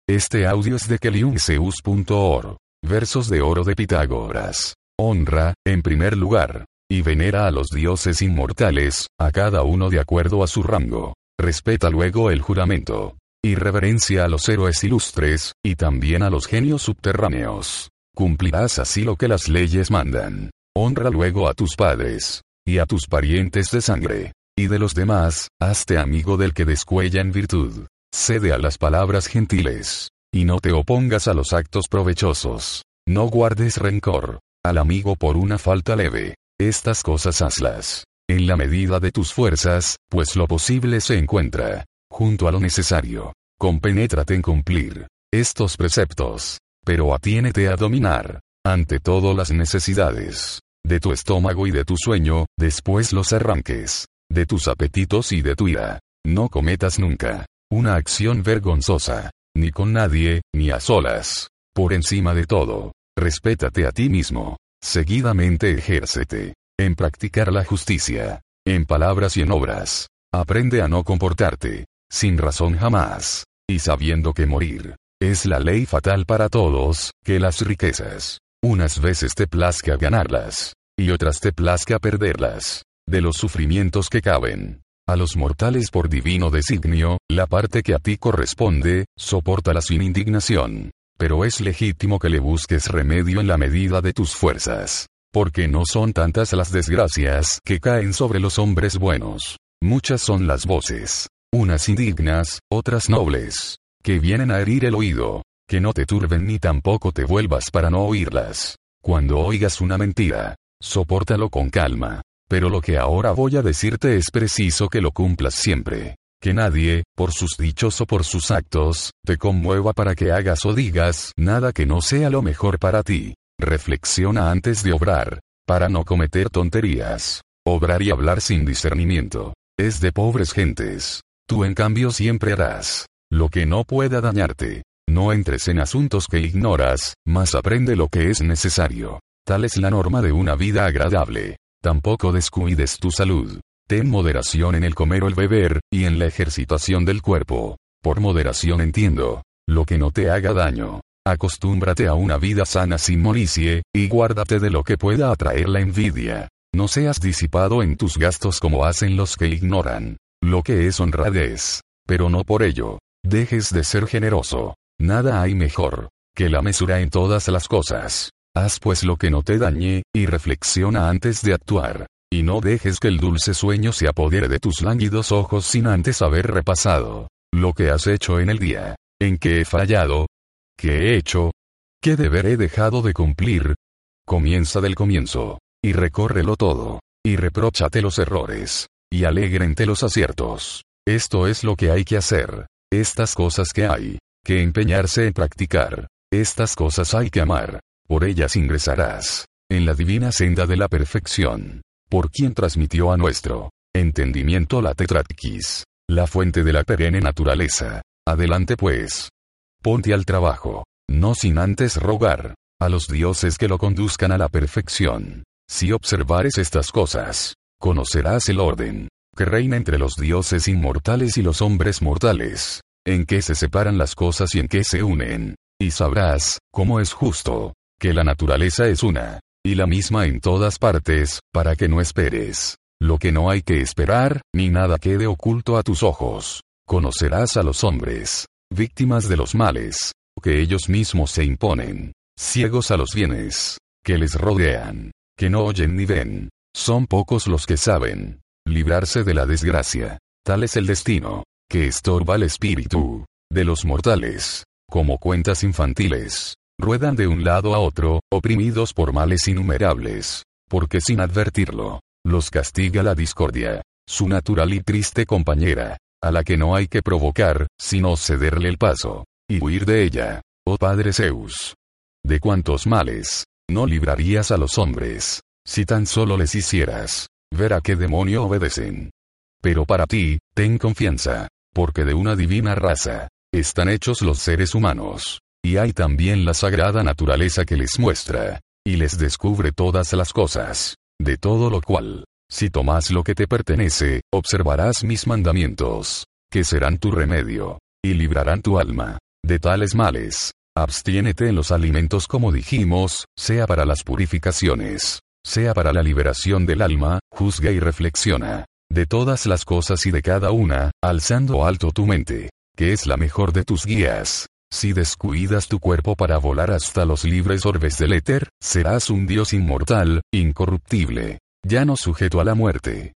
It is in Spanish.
Este audio es de keliumzeus.org. Versos de oro de Pitágoras. Honra, en primer lugar, y venera a los dioses inmortales, a cada uno de acuerdo a su rango. Respeta luego el juramento. Y reverencia a los héroes ilustres, y también a los genios subterráneos. Cumplirás así lo que las leyes mandan. Honra luego a tus padres, y a tus parientes de sangre. Y de los demás, hazte amigo del que descuella en virtud. Cede a las palabras gentiles. Y no te opongas a los actos provechosos. No guardes rencor al amigo por una falta leve. Estas cosas hazlas en la medida de tus fuerzas, pues lo posible se encuentra junto a lo necesario. Compenétrate en cumplir estos preceptos, pero atiénete a dominar, ante todo, las necesidades de tu estómago y de tu sueño, después los arranques de tus apetitos y de tu ira. No cometas nunca una acción vergonzosa, ni con nadie, ni a solas. Por encima de todo, respétate a ti mismo. Seguidamente ejércete en practicar la justicia, en palabras y en obras. Aprende a no comportarte sin razón jamás, y sabiendo que morir es la ley fatal para todos, que las riquezas unas veces te plazca ganarlas, y otras te plazca perderlas. De los sufrimientos que caben a los mortales por divino designio, la parte que a ti corresponde, sopórtala sin indignación. Pero es legítimo que le busques remedio en la medida de tus fuerzas, porque no son tantas las desgracias que caen sobre los hombres buenos. Muchas son las voces, unas indignas, otras nobles, que vienen a herir el oído. Que no te turben ni tampoco te vuelvas para no oírlas. Cuando oigas una mentira, sopórtalo con calma. Pero lo que ahora voy a decirte es preciso que lo cumplas siempre. Que nadie, por sus dichos o por sus actos, te conmueva para que hagas o digas nada que no sea lo mejor para ti. Reflexiona antes de obrar, para no cometer tonterías. Obrar y hablar sin discernimiento es de pobres gentes. Tú en cambio siempre harás lo que no pueda dañarte. No entres en asuntos que ignoras, mas aprende lo que es necesario. Tal es la norma de una vida agradable. Tampoco descuides tu salud. Ten moderación en el comer o el beber, y en la ejercitación del cuerpo. Por moderación entiendo lo que no te haga daño. Acostúmbrate a una vida sana sin molicie, y guárdate de lo que pueda atraer la envidia. No seas disipado en tus gastos como hacen los que ignoran lo que es honradez. Pero no por ello dejes de ser generoso. Nada hay mejor que la mesura en todas las cosas. Haz pues lo que no te dañe, y reflexiona antes de actuar. Y no dejes que el dulce sueño se apodere de tus lánguidos ojos sin antes haber repasado lo que has hecho en el día. ¿En qué he fallado? ¿Qué he hecho? ¿Qué deber he dejado de cumplir? Comienza del comienzo, y recórrelo todo, y repróchate los errores, y alégrente los aciertos. Esto es lo que hay que hacer. Estas cosas que hay que empeñarse en practicar. Estas cosas hay que amar. Por ellas ingresarás en la divina senda de la perfección. Por quien transmitió a nuestro entendimiento la Tetratkis, la fuente de la perenne naturaleza. Adelante pues. Ponte al trabajo, no sin antes rogar a los dioses que lo conduzcan a la perfección. Si observares estas cosas, conocerás el orden que reina entre los dioses inmortales y los hombres mortales, en qué se separan las cosas y en qué se unen, y sabrás cómo es justo que la naturaleza es una y la misma en todas partes, para que no esperes lo que no hay que esperar, ni nada quede oculto a tus ojos. Conocerás a los hombres, víctimas de los males que ellos mismos se imponen, ciegos a los bienes que les rodean, que no oyen ni ven. Son pocos los que saben librarse de la desgracia. Tal es el destino que estorba el espíritu de los mortales. Como cuentas infantiles, ruedan de un lado a otro, oprimidos por males innumerables, porque sin advertirlo, los castiga la discordia, su natural y triste compañera, a la que no hay que provocar, sino cederle el paso, y huir de ella. Oh Padre Zeus, ¿de cuántos males no librarías a los hombres, si tan solo les hicieras ver a qué demonio obedecen? Pero para ti, ten confianza, porque de una divina raza están hechos los seres humanos. Y hay también la sagrada naturaleza que les muestra, y les descubre todas las cosas. De todo lo cual, si tomas lo que te pertenece, observarás mis mandamientos, que serán tu remedio, y librarán tu alma de tales males. Abstiénete en los alimentos como dijimos, sea para las purificaciones, sea para la liberación del alma, juzga y reflexiona. De todas las cosas y de cada una, alzando alto tu mente, que es la mejor de tus guías. Si descuidas tu cuerpo para volar hasta los libres orbes del éter, serás un dios inmortal, incorruptible, ya no sujeto a la muerte.